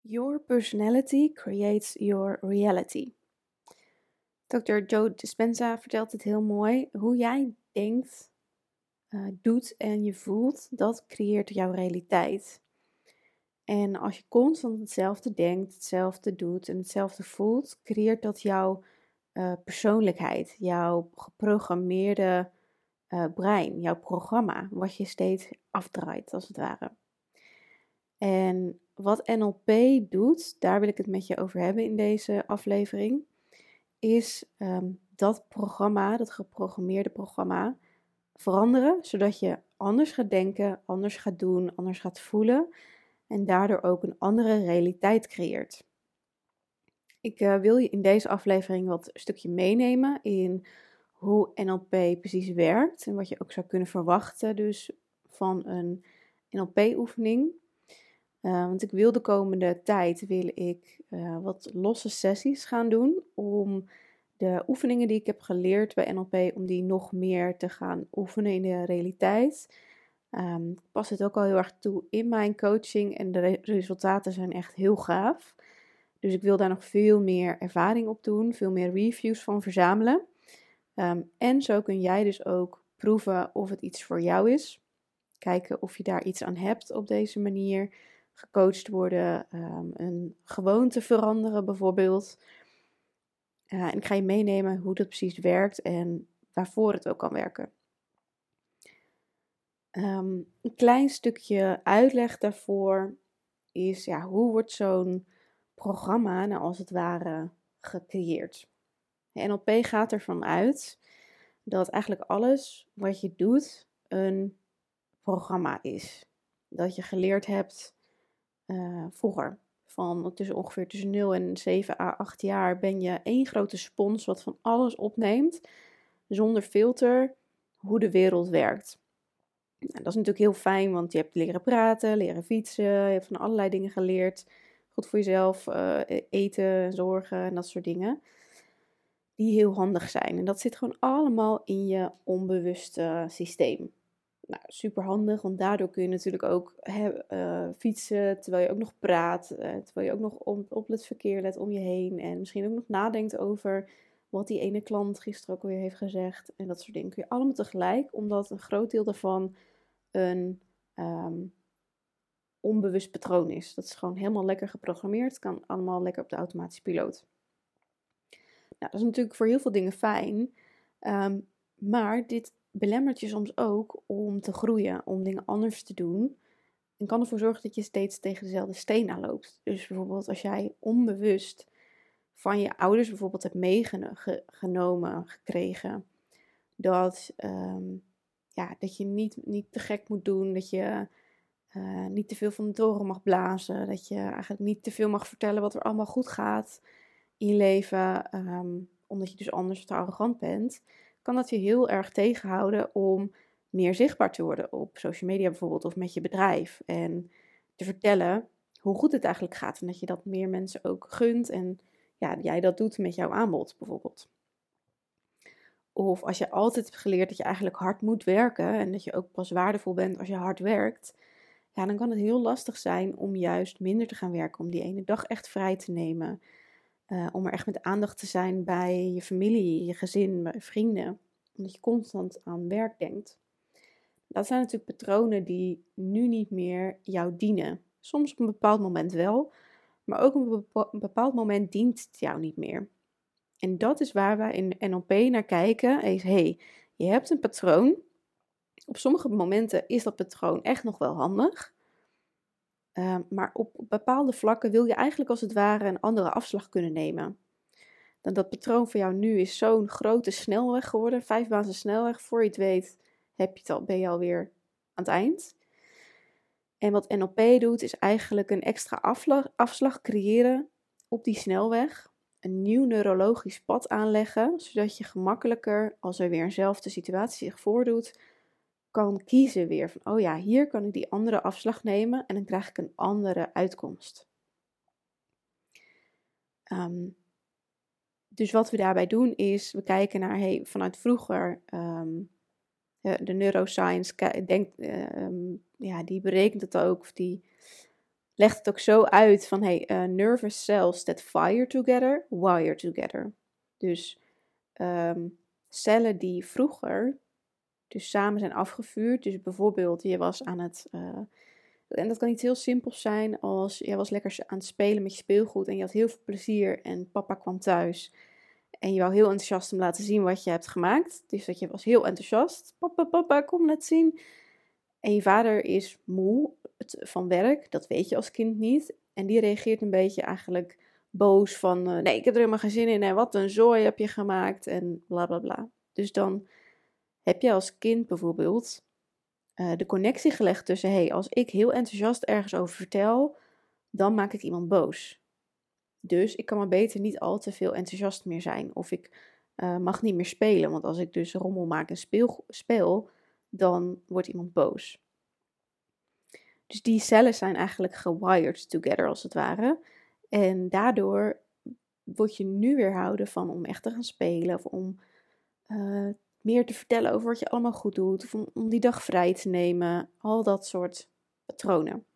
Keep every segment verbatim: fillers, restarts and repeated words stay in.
Your personality creates your reality. dokter Joe Dispenza vertelt het heel mooi. Hoe jij denkt, uh, doet en je voelt, dat creëert jouw realiteit. En als je constant hetzelfde denkt, hetzelfde doet en hetzelfde voelt, creëert dat jouw uh, persoonlijkheid, jouw geprogrammeerde uh, brein, jouw programma, wat je steeds afdraait als het ware. En wat N L P doet, daar wil ik het met je over hebben in deze aflevering, is um, dat programma, dat geprogrammeerde programma, veranderen, zodat je anders gaat denken, anders gaat doen, anders gaat voelen en daardoor ook een andere realiteit creëert. Ik uh, wil je in deze aflevering wat een stukje meenemen in hoe N L P precies werkt en wat je ook zou kunnen verwachten dus van een N L P-oefening. Uh, want ik wil de komende tijd wil ik uh, wat losse sessies gaan doen om de oefeningen die ik heb geleerd bij N L P, om die nog meer te gaan oefenen in de realiteit. Um, ik pas het ook al heel erg toe in mijn coaching en de re- resultaten zijn echt heel gaaf. Dus ik wil daar nog veel meer ervaring op doen, veel meer reviews van verzamelen. Um, en zo kun jij dus ook proeven of het iets voor jou is. Kijken of je daar iets aan hebt op deze manier. Gecoacht worden, um, een gewoonte veranderen bijvoorbeeld. Uh, en ik ga je meenemen hoe dat precies werkt en waarvoor het ook kan werken. Um, een klein stukje uitleg daarvoor is, ja, hoe wordt zo'n programma nou als het ware gecreëerd? N L P gaat ervan uit dat eigenlijk alles wat je doet een programma is. Dat je geleerd hebt uh, vroeger. Van tussen ongeveer tussen nul en zeven à acht jaar ben je één grote spons wat van alles opneemt. Zonder filter hoe de wereld werkt. Nou, dat is natuurlijk heel fijn, want je hebt leren praten, leren fietsen. Je hebt van allerlei dingen geleerd. Goed voor jezelf, uh, eten, zorgen en dat soort dingen. Die heel handig zijn. En dat zit gewoon allemaal in je onbewuste systeem. Nou, super handig, want daardoor kun je natuurlijk ook he, uh, fietsen terwijl je ook nog praat, uh, terwijl je ook nog op, op het verkeer let om je heen en misschien ook nog nadenkt over wat die ene klant gisteren ook weer heeft gezegd en dat soort dingen. Kun je allemaal tegelijk, omdat een groot deel daarvan een um, onbewust patroon is. Dat is gewoon helemaal lekker geprogrammeerd, het kan allemaal lekker op de automatische piloot. Nou, dat is natuurlijk voor heel veel dingen fijn, um, maar dit belemmert je soms ook om te groeien, om dingen anders te doen. En kan ervoor zorgen dat je steeds tegen dezelfde steen aanloopt. Dus bijvoorbeeld als jij onbewust van je ouders bijvoorbeeld hebt meegenomen, gekregen, dat, um, ja, dat je niet, niet te gek moet doen, dat je uh, niet te veel van de toren mag blazen, dat je eigenlijk niet te veel mag vertellen wat er allemaal goed gaat in je leven, um, omdat je dus anders te arrogant bent, kan dat je heel erg tegenhouden om meer zichtbaar te worden op social media bijvoorbeeld of met je bedrijf. En te vertellen hoe goed het eigenlijk gaat en dat je dat meer mensen ook gunt en ja, jij dat doet met jouw aanbod bijvoorbeeld. Of als je altijd hebt geleerd dat je eigenlijk hard moet werken en dat je ook pas waardevol bent als je hard werkt, ja, dan kan het heel lastig zijn om juist minder te gaan werken, om die ene dag echt vrij te nemen. Uh, om er echt met aandacht te zijn bij je familie, je gezin, bij vrienden. Omdat je constant aan werk denkt. Dat zijn natuurlijk patronen die nu niet meer jou dienen. Soms op een bepaald moment wel, maar ook op een bepaald moment dient het jou niet meer. En dat is waar wij in N L P naar kijken. Is, hey, je hebt een patroon. Op sommige momenten is dat patroon echt nog wel handig. Uh, maar op bepaalde vlakken wil je eigenlijk als het ware een andere afslag kunnen nemen. Dan dat patroon voor jou nu is zo'n grote snelweg geworden, vijfbaanse snelweg. Voor je het weet heb je het al, ben je alweer aan het eind. En wat N L P doet is eigenlijk een extra afslag, afslag creëren op die snelweg. Een nieuw neurologisch pad aanleggen, zodat je gemakkelijker, als er weer eenzelfde situatie zich voordoet, kan kiezen weer van, oh ja, hier kan ik die andere afslag nemen en dan krijg ik een andere uitkomst. Um, dus wat we daarbij doen is, we kijken naar, hey, vanuit vroeger, um, de, de neuroscience, denkt, um, ja, die berekent het ook, of die legt het ook zo uit van, hey, uh, nervous cells that fire together, wire together. Dus um, cellen die vroeger dus samen zijn afgevuurd. Dus bijvoorbeeld, je was aan het, uh, en dat kan iets heel simpels zijn, als jij was lekker aan het spelen met je speelgoed en je had heel veel plezier en papa kwam thuis. En je wou heel enthousiast hem laten zien wat je hebt gemaakt. Dus dat je was heel enthousiast. Papa, papa, kom laat zien. En je vader is moe van werk. Dat weet je als kind niet. En die reageert een beetje eigenlijk boos van... Uh, nee, ik heb er helemaal geen zin in. En wat een zooi heb je gemaakt. En bla bla bla. Dus dan heb je als kind bijvoorbeeld uh, de connectie gelegd tussen... Hé, hey, als ik heel enthousiast ergens over vertel, dan maak ik iemand boos. Dus ik kan maar beter niet al te veel enthousiast meer zijn. Of ik uh, mag niet meer spelen. Want als ik dus rommel maak en speel, speel, dan wordt iemand boos. Dus die cellen zijn eigenlijk gewired together als het ware. En daardoor word je nu weerhouden van om echt te gaan spelen. Of om uh, meer te vertellen over wat je allemaal goed doet. Of om, om die dag vrij te nemen. Al dat soort patronen.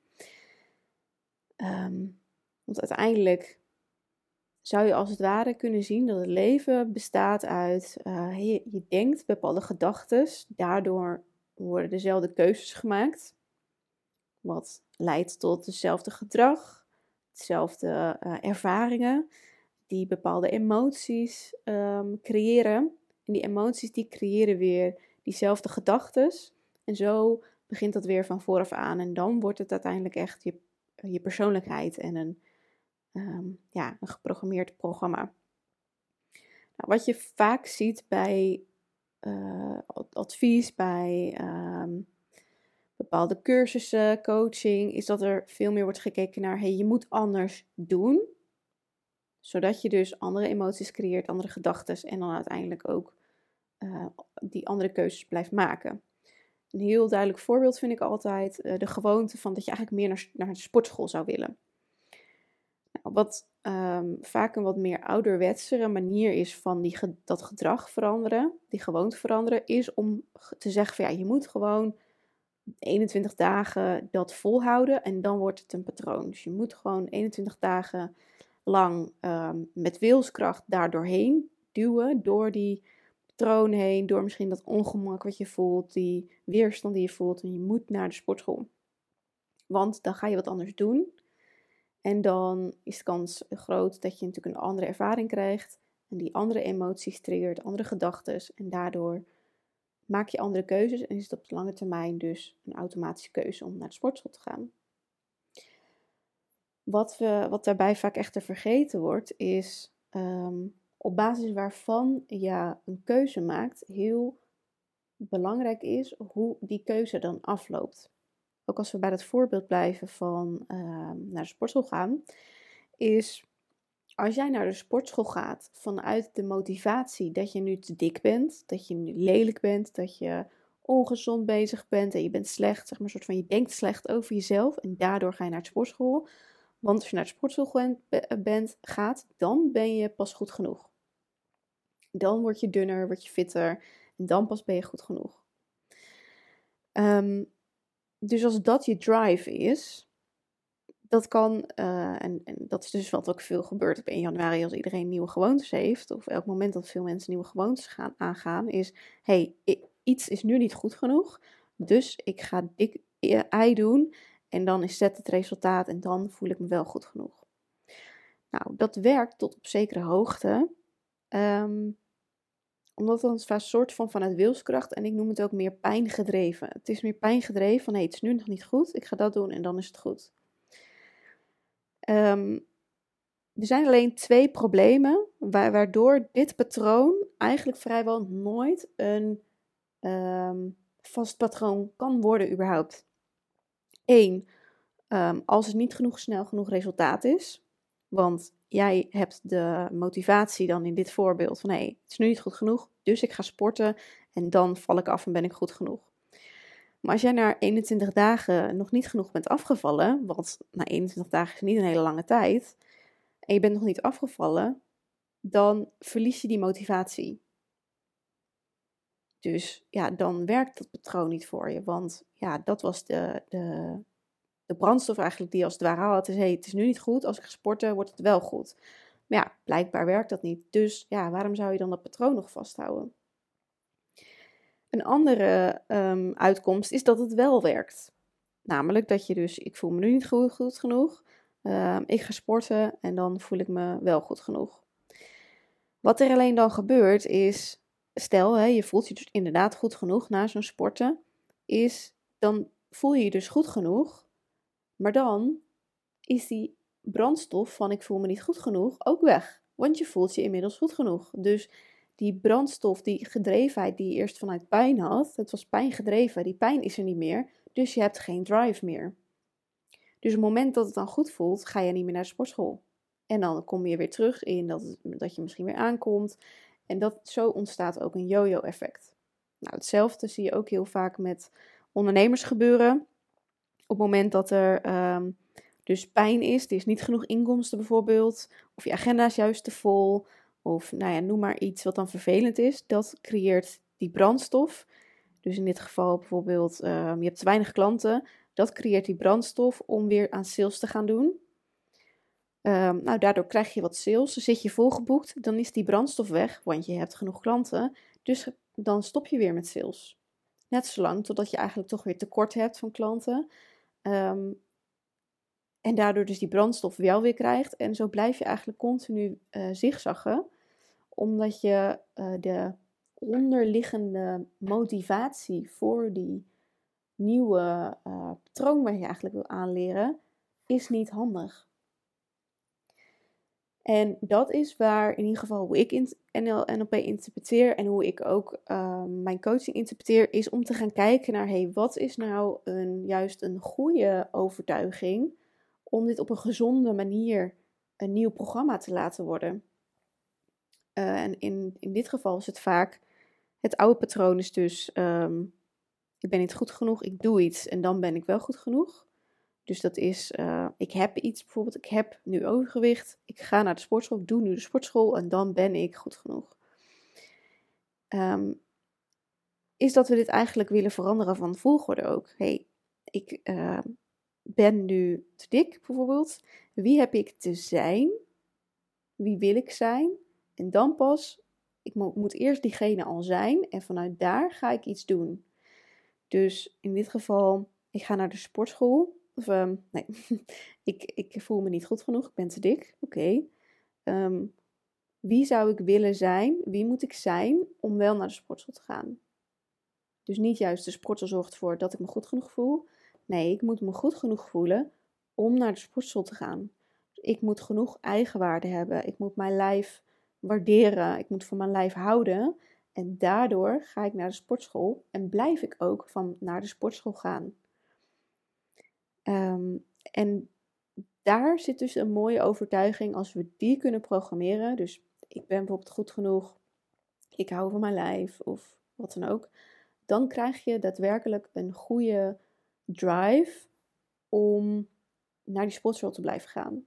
Um, want uiteindelijk... zou je als het ware kunnen zien dat het leven bestaat uit, uh, je, je denkt bepaalde gedachten, daardoor worden dezelfde keuzes gemaakt, wat leidt tot hetzelfde gedrag, hetzelfde uh, ervaringen, die bepaalde emoties um, creëren. En die emoties die creëren weer diezelfde gedachten. En zo begint dat weer van vooraf aan. En dan wordt het uiteindelijk echt je, je persoonlijkheid en een Um, ja, een geprogrammeerd programma. Nou, wat je vaak ziet bij uh, advies, bij um, bepaalde cursussen, coaching, is dat er veel meer wordt gekeken naar, hey, je moet anders doen, zodat je dus andere emoties creëert, andere gedachten en dan uiteindelijk ook uh, die andere keuzes blijft maken. Een heel duidelijk voorbeeld vind ik altijd uh, de gewoonte van dat je eigenlijk meer naar, naar de sportschool zou willen. Nou, wat um, vaak een wat meer ouderwetsere manier is van die ge- dat gedrag veranderen, die gewoonte veranderen, is om te zeggen van ja, je moet gewoon eenentwintig dagen dat volhouden en dan wordt het een patroon. Dus je moet gewoon eenentwintig dagen lang um, met wilskracht daar doorheen duwen, door die patroon heen, door misschien dat ongemak wat je voelt, die weerstand die je voelt en je moet naar de sportschool. Want dan ga je wat anders doen. En dan is de kans groot dat je natuurlijk een andere ervaring krijgt. En die andere emoties triggert, andere gedachten. En daardoor maak je andere keuzes. En is het op de lange termijn dus een automatische keuze om naar de sportschool te gaan. Wat, we, wat daarbij vaak echter vergeten wordt, is um, op basis waarvan je een keuze maakt, heel belangrijk is hoe die keuze dan afloopt. Ook als we bij het voorbeeld blijven van uh, naar de sportschool gaan, is als jij naar de sportschool gaat vanuit de motivatie dat je nu te dik bent, dat je nu lelijk bent, dat je ongezond bezig bent en je bent slecht, zeg maar een soort van je denkt slecht over jezelf en daardoor ga je naar de sportschool. Want als je naar de sportschool bent, gaat, dan ben je pas goed genoeg. Dan word je dunner, word je fitter en dan pas ben je goed genoeg. Um, Dus als dat je drive is, dat kan, uh, en, en dat is dus wat ook veel gebeurt op één januari als iedereen nieuwe gewoontes heeft, of elk moment dat veel mensen nieuwe gewoontes gaan aangaan, is, hey, ik, iets is nu niet goed genoeg, dus ik ga dik ei doen en dan is dat het resultaat en dan voel ik me wel goed genoeg. Nou, dat werkt tot op zekere hoogte, um, omdat het een soort van vanuit wilskracht en ik noem het ook meer pijngedreven. Het is meer pijngedreven van, hé, hey, het is nu nog niet goed, ik ga dat doen en dan is het goed. Um, er zijn alleen twee problemen wa- waardoor dit patroon eigenlijk vrijwel nooit een um, vast patroon kan worden überhaupt. Eén, um, als het niet genoeg snel genoeg resultaat is, want jij hebt de motivatie dan in dit voorbeeld van hé, hey, het is nu niet goed genoeg, dus ik ga sporten en dan val ik af en ben ik goed genoeg. Maar als jij na eenentwintig dagen nog niet genoeg bent afgevallen, want na eenentwintig dagen is niet een hele lange tijd, en je bent nog niet afgevallen, dan verlies je die motivatie. Dus ja, dan werkt dat patroon niet voor je, want ja, dat was de, de, de brandstof eigenlijk die je als het ware had, is hey, het is nu niet goed, als ik ga sporten wordt het wel goed. Maar ja, blijkbaar werkt dat niet. Dus ja, waarom zou je dan dat patroon nog vasthouden? Een andere um, uitkomst is dat het wel werkt. Namelijk dat je dus, ik voel me nu niet goed, goed genoeg, um, ik ga sporten en dan voel ik me wel goed genoeg. Wat er alleen dan gebeurt is, stel hè, je voelt je dus inderdaad goed genoeg na zo'n sporten, is dan voel je je dus goed genoeg, maar dan is die brandstof van ik voel me niet goed genoeg ook weg. Want je voelt je inmiddels goed genoeg. Dus die brandstof, die gedrevenheid die je eerst vanuit pijn had, het was pijngedreven, die pijn is er niet meer, dus je hebt geen drive meer. Dus op het moment dat het dan goed voelt, ga je niet meer naar de sportschool. En dan kom je weer terug in dat, het, dat je misschien weer aankomt. En dat, zo ontstaat ook een yo-yo effect. Nou, hetzelfde zie je ook heel vaak met ondernemers gebeuren. Op het moment dat er um, dus pijn is, er is niet genoeg inkomsten bijvoorbeeld, of je agenda is juist te vol, of nou ja, noem maar iets wat dan vervelend is, dat creëert die brandstof. Dus in dit geval bijvoorbeeld, um, je hebt te weinig klanten, dat creëert die brandstof om weer aan sales te gaan doen. Um, nou, daardoor krijg je wat sales, dan zit je volgeboekt, dan is die brandstof weg, want je hebt genoeg klanten, dus dan stop je weer met sales. Net zolang totdat je eigenlijk toch weer tekort hebt van klanten. Um, en daardoor dus die brandstof wel weer krijgt. En zo blijf je eigenlijk continu uh, zigzaggen. Omdat je uh, de onderliggende motivatie voor die nieuwe uh, patroon waar je eigenlijk wil aanleren, is niet handig. En dat is waar in ieder geval hoe ik N L N L P interpreteer en hoe ik ook uh, mijn coaching interpreteer, is om te gaan kijken naar, hey, wat is nou een, juist een goede overtuiging om dit op een gezonde manier een nieuw programma te laten worden. Uh, en in, in dit geval is het vaak, het oude patroon is dus, um, ik ben niet goed genoeg, ik doe iets en dan ben ik wel goed genoeg. Dus dat is, uh, ik heb iets bijvoorbeeld, ik heb nu overgewicht, ik ga naar de sportschool, ik doe nu de sportschool en dan ben ik goed genoeg. Um, is dat we dit eigenlijk willen veranderen van volgorde ook. Hey, ik uh, ben nu te dik bijvoorbeeld, wie heb ik te zijn? Wie wil ik zijn? En dan pas, ik mo- moet eerst diegene al zijn en vanuit daar ga ik iets doen. Dus in dit geval, ik ga naar de sportschool. Of, um, nee, ik, ik voel me niet goed genoeg, ik ben te dik. Oké. Okay. Um, wie zou ik willen zijn? Wie moet ik zijn om wel naar de sportschool te gaan? Dus niet juist de sportschool zorgt ervoor dat ik me goed genoeg voel. Nee, ik moet me goed genoeg voelen om naar de sportschool te gaan. Ik moet genoeg eigenwaarde hebben. Ik moet mijn lijf waarderen. Ik moet van mijn lijf houden. En daardoor ga ik naar de sportschool en blijf ik ook van naar de sportschool gaan. Um, en daar zit dus een mooie overtuiging als we die kunnen programmeren. Dus ik ben bijvoorbeeld goed genoeg. Ik hou van mijn lijf of wat dan ook. Dan krijg je daadwerkelijk een goede drive om naar die sportschool te blijven gaan.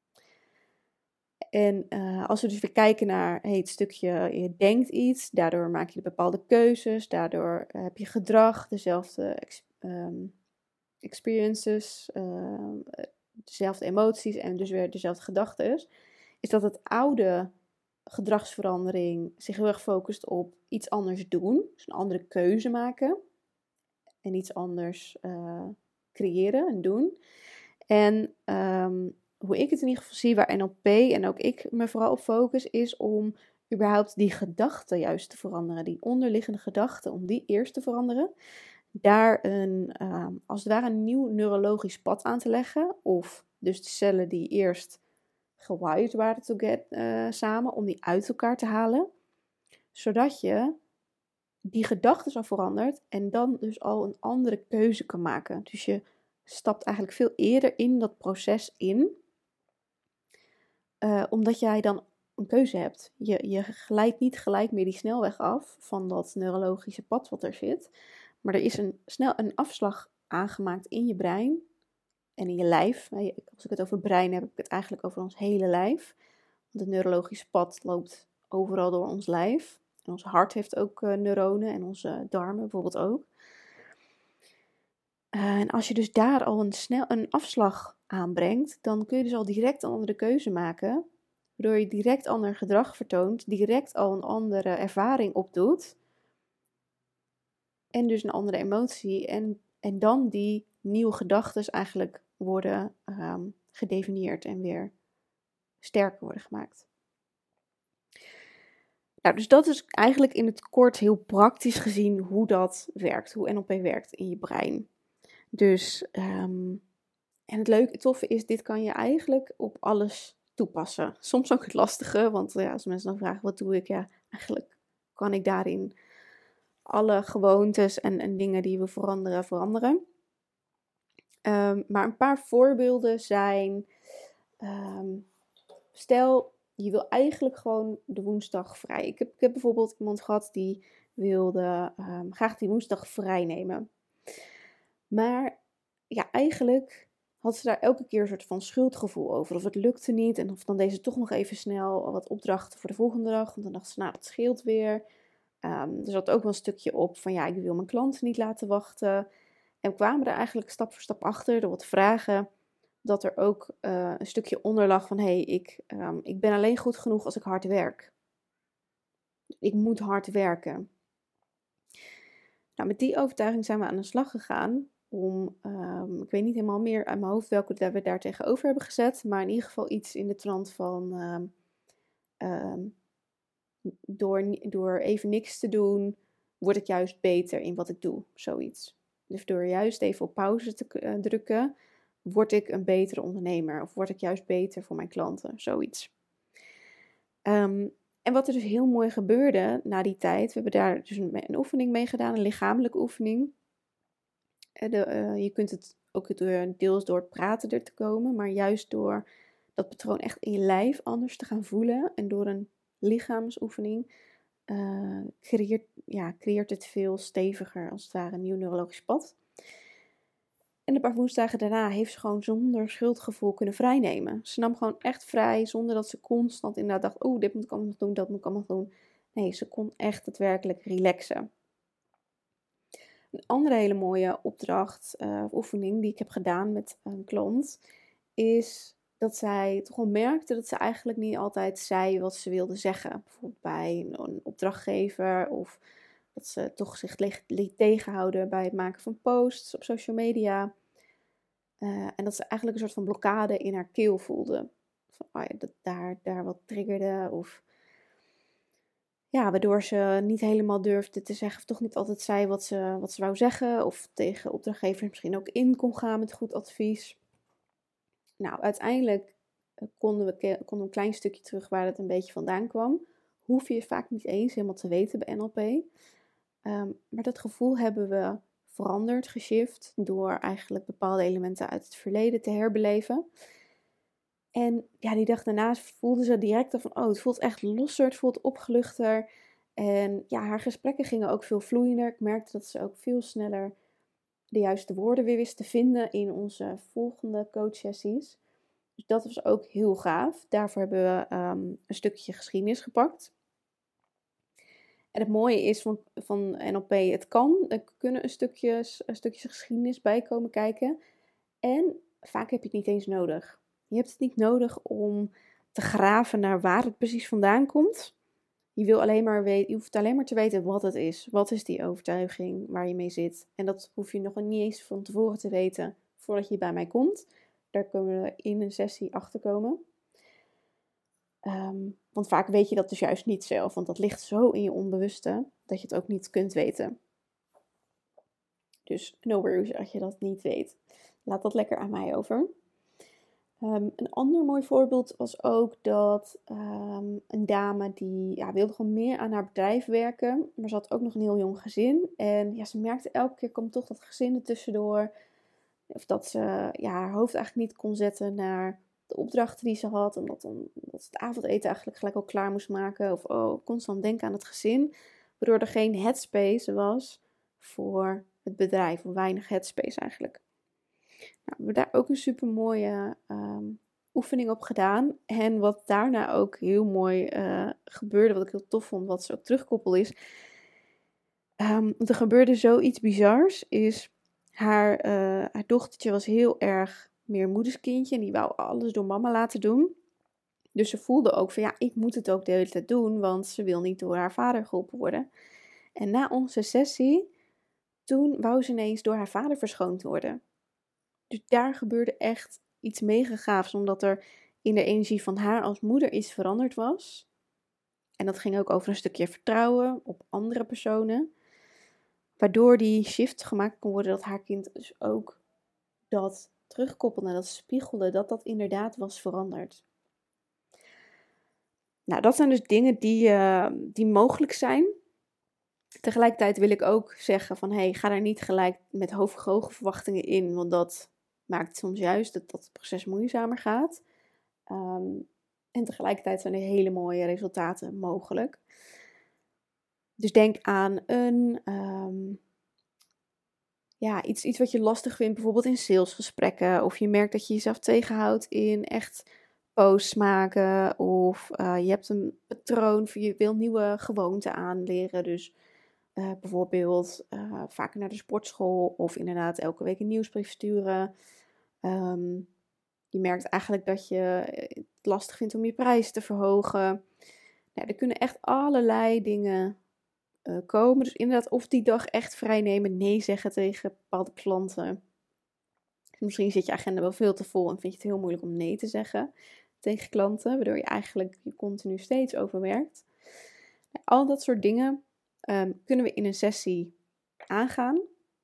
En uh, als we dus weer kijken naar hey, het stukje, je denkt iets, daardoor maak je bepaalde keuzes, daardoor uh, heb je gedrag, dezelfde ex, um, experiences, uh, dezelfde emoties en dus weer dezelfde gedachten, is dat het oude gedragsverandering zich heel erg focust op iets anders doen, dus een andere keuze maken en iets anders uh, creëren en doen. En um, hoe ik het in ieder geval zie, waar N L P en ook ik me vooral op focus, is om überhaupt die gedachten juist te veranderen. Die onderliggende gedachten, om die eerst te veranderen. Daar een, uh, als het ware een nieuw neurologisch pad aan te leggen. Of dus de cellen die eerst gewired waren toget, uh, samen, om die uit elkaar te halen. Zodat je die gedachten al verandert en dan dus al een andere keuze kan maken. Dus je stapt eigenlijk veel eerder in dat proces in. Uh, omdat jij dan een keuze hebt. Je, je glijdt niet gelijk meer die snelweg af van dat neurologische pad wat er zit. Maar er is een, snel, een afslag aangemaakt in je brein en in je lijf. Als ik het over brein heb, heb ik het eigenlijk over ons hele lijf. Want het neurologische pad loopt overal door ons lijf. En ons hart heeft ook uh, neuronen en onze darmen bijvoorbeeld ook. Uh, en als je dus daar al een, snel, een afslag aanbrengt, dan kun je dus al direct een andere keuze maken. Waardoor je direct ander gedrag vertoont, direct al een andere ervaring opdoet. En dus een andere emotie. En, en dan die nieuwe gedachten eigenlijk worden um, gedefinieerd en weer sterker worden gemaakt. Nou, dus dat is eigenlijk in het kort heel praktisch gezien hoe dat werkt. Hoe N L P werkt in je brein. Dus, um, en het leuke, het toffe is, dit kan je eigenlijk op alles toepassen. Soms ook het lastige, want ja, als mensen dan vragen, wat doe ik? Ja, eigenlijk kan ik daarin alle gewoontes en, en dingen die we veranderen, veranderen. Um, maar een paar voorbeelden zijn, um, stel je wil eigenlijk gewoon de woensdag vrij. Ik heb, ik heb bijvoorbeeld iemand gehad die wilde um, graag die woensdag vrij nemen. Maar ja, eigenlijk had ze daar elke keer een soort van schuldgevoel over. Of het lukte niet en of dan deed ze toch nog even snel wat opdrachten voor de volgende dag. Want dan dacht ze, nou dat scheelt weer. Um, er zat ook wel een stukje op van ja, ik wil mijn klanten niet laten wachten. En we kwamen er eigenlijk stap voor stap achter door wat vragen. Dat er ook uh, een stukje onder lag van hé, hey, ik, um, ik ben alleen goed genoeg als ik hard werk. Ik moet hard werken. Nou, met die overtuiging zijn we aan de slag gegaan. Om, um, ik weet niet helemaal meer uit mijn hoofd welke we daar tegenover hebben gezet. Maar in ieder geval iets in de trant van um, um, door, door even niks te doen, word ik juist beter in wat ik doe. Zoiets. Dus door juist even op pauze te uh, drukken, word ik een betere ondernemer. Of word ik juist beter voor mijn klanten. Zoiets. Um, en wat er dus heel mooi gebeurde na die tijd. We hebben daar dus een, een oefening mee gedaan. Een lichamelijke oefening. De, uh, je kunt het ook door, deels door het praten er te komen. Maar juist door dat patroon echt in je lijf anders te gaan voelen. En door een lichaamsoefening uh, creëert, ja, creëert het veel steviger. Als het ware een nieuw neurologisch pad. En een paar woensdagen daarna heeft ze gewoon zonder schuldgevoel kunnen vrijnemen. Ze nam gewoon echt vrij, zonder dat ze constant inderdaad dacht, oh, dit moet ik allemaal nog doen, dat moet ik allemaal nog doen. Nee, ze kon echt daadwerkelijk relaxen. Een andere hele mooie opdracht, uh, of oefening die ik heb gedaan met een klant, is dat zij toch wel merkte dat ze eigenlijk niet altijd zei wat ze wilde zeggen. Bijvoorbeeld bij een opdrachtgever of dat ze toch zich liet tegenhouden bij het maken van posts op social media. Uh, en dat ze eigenlijk een soort van blokkade in haar keel voelde. Van, oh ja, dat daar, daar wat triggerde. Of ja, waardoor ze niet helemaal durfde te zeggen. Of toch niet altijd zei wat ze, wat ze wou zeggen. Of tegen opdrachtgevers misschien ook in kon gaan met goed advies. Nou, uiteindelijk konden we, konden we een klein stukje terug waar het een beetje vandaan kwam. Hoef je vaak niet eens helemaal te weten bij N L P. Um, maar dat gevoel hebben we veranderd, geshift, door eigenlijk bepaalde elementen uit het verleden te herbeleven. En ja, die dag daarna voelde ze direct van, oh, het voelt echt losser, het voelt opgeluchter. En ja, haar gesprekken gingen ook veel vloeiender. Ik merkte dat ze ook veel sneller de juiste woorden weer wist te vinden in onze volgende coachsessies. Dus dat was ook heel gaaf. Daarvoor hebben we um, een stukje geschiedenis gepakt. En het mooie is van, van N L P, het kan, er kunnen een stukje, een stukje geschiedenis bij komen kijken. En vaak heb je het niet eens nodig. Je hebt het niet nodig om te graven naar waar het precies vandaan komt. Je, wil alleen maar weten, je hoeft alleen maar te weten wat het is. Wat is die overtuiging waar je mee zit? En dat hoef je nog niet eens van tevoren te weten voordat je bij mij komt. Daar kunnen we in een sessie achter komen. Um, want vaak weet je dat dus juist niet zelf. Want dat ligt zo in je onbewuste dat je het ook niet kunt weten. Dus no worries als je dat niet weet. Laat dat lekker aan mij over. Um, een ander mooi voorbeeld was ook dat um, een dame die ja, wilde gewoon meer aan haar bedrijf werken. Maar ze had ook nog een heel jong gezin. En ja, ze merkte elke keer komt toch dat gezin er tussendoor. Of dat ze ja, haar hoofd eigenlijk niet kon zetten naar de opdrachten die ze had. Omdat dan, dat ze het avondeten eigenlijk gelijk al klaar moest maken. Of oh, constant denken aan het gezin. Waardoor er geen headspace was voor het bedrijf. Of weinig headspace eigenlijk. Nou, we hebben daar ook een super mooie um, oefening op gedaan. En wat daarna ook heel mooi uh, gebeurde. Wat ik heel tof vond. Wat ze ook terugkoppel is. Um, want er gebeurde zoiets bizars. Is Haar, uh, haar dochtertje was heel erg meer moederskindje en die wou alles door mama laten doen. Dus ze voelde ook van ja, ik moet het ook de hele tijd doen, want ze wil niet door haar vader geholpen worden. En na onze sessie, toen wou ze ineens door haar vader verschoond worden. Dus daar gebeurde echt iets mega gaafs, omdat er in de energie van haar als moeder iets veranderd was. En dat ging ook over een stukje vertrouwen op andere personen. Waardoor die shift gemaakt kon worden dat haar kind dus ook dat terugkoppelde, dat spiegelde, dat dat inderdaad was veranderd. Nou, dat zijn dus dingen die, uh, die mogelijk zijn. Tegelijkertijd wil ik ook zeggen van, hey, ga daar niet gelijk met hoge verwachtingen in, want dat maakt soms juist dat, dat het proces moeizamer gaat. Um, en tegelijkertijd zijn er hele mooie resultaten mogelijk. Dus denk aan een, um, ja, iets, iets wat je lastig vindt, bijvoorbeeld in salesgesprekken. Of je merkt dat je jezelf tegenhoudt in echt posts maken. Of uh, je hebt een patroon, je wilt nieuwe gewoonten aanleren. Dus uh, bijvoorbeeld uh, vaker naar de sportschool of inderdaad elke week een nieuwsbrief sturen. Um, je merkt eigenlijk dat je het lastig vindt om je prijs te verhogen. Nou, er kunnen echt allerlei dingen uh, komen. Dus inderdaad, of die dag echt vrij nemen, nee zeggen tegen bepaalde klanten. Misschien zit je agenda wel veel te vol en vind je het heel moeilijk om nee te zeggen tegen klanten, waardoor je eigenlijk je continu steeds overwerkt. Nou, al dat soort dingen um, kunnen we in een sessie aangaan.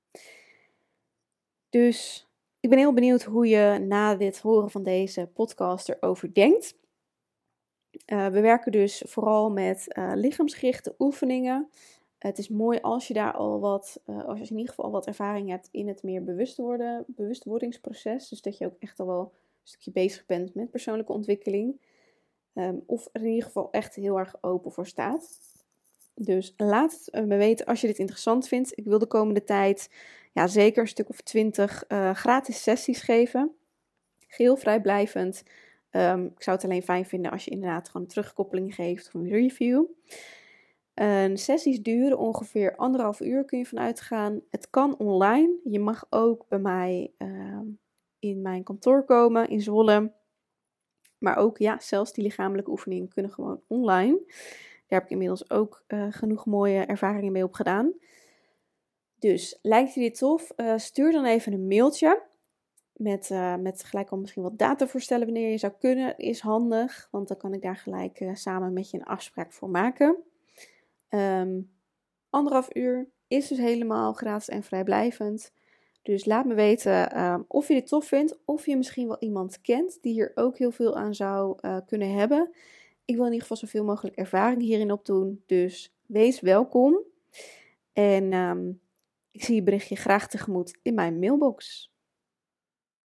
Dus ik ben heel benieuwd hoe je na dit horen van deze podcast erover denkt. Uh, we werken dus vooral met uh, lichaamsgerichte oefeningen. Uh, het is mooi als je daar al wat, uh, als je in ieder geval al wat ervaring hebt in het meer bewust worden, bewustwordingsproces. Dus dat je ook echt al wel een stukje bezig bent met persoonlijke ontwikkeling. Um, of er in ieder geval echt heel erg open voor staat. Dus laat het me weten als je dit interessant vindt. Ik wil de komende tijd ja, zeker een stuk of twintig uh, gratis sessies geven. Geheel vrijblijvend. Um, ik zou het alleen fijn vinden als je inderdaad gewoon een terugkoppeling geeft of een review. Uh, sessies duren ongeveer anderhalf uur, kun je vanuit gaan. Het kan online. Je mag ook bij mij uh, in mijn kantoor komen in Zwolle. Maar ook, ja, zelfs die lichamelijke oefeningen kunnen gewoon online. Daar heb ik inmiddels ook uh, genoeg mooie ervaringen mee opgedaan. Dus, lijkt je dit tof? Uh, stuur dan even een mailtje. Met, uh, met gelijk al misschien wat data voorstellen wanneer je zou kunnen. Is handig, want dan kan ik daar gelijk uh, samen met je een afspraak voor maken. Um, anderhalf uur is dus helemaal gratis en vrijblijvend. Dus laat me weten uh, of je dit tof vindt. Of je misschien wel iemand kent die hier ook heel veel aan zou uh, kunnen hebben. Ik wil in ieder geval zoveel mogelijk ervaring hierin opdoen. Dus wees welkom. En um, ik zie je berichtje graag tegemoet in mijn mailbox.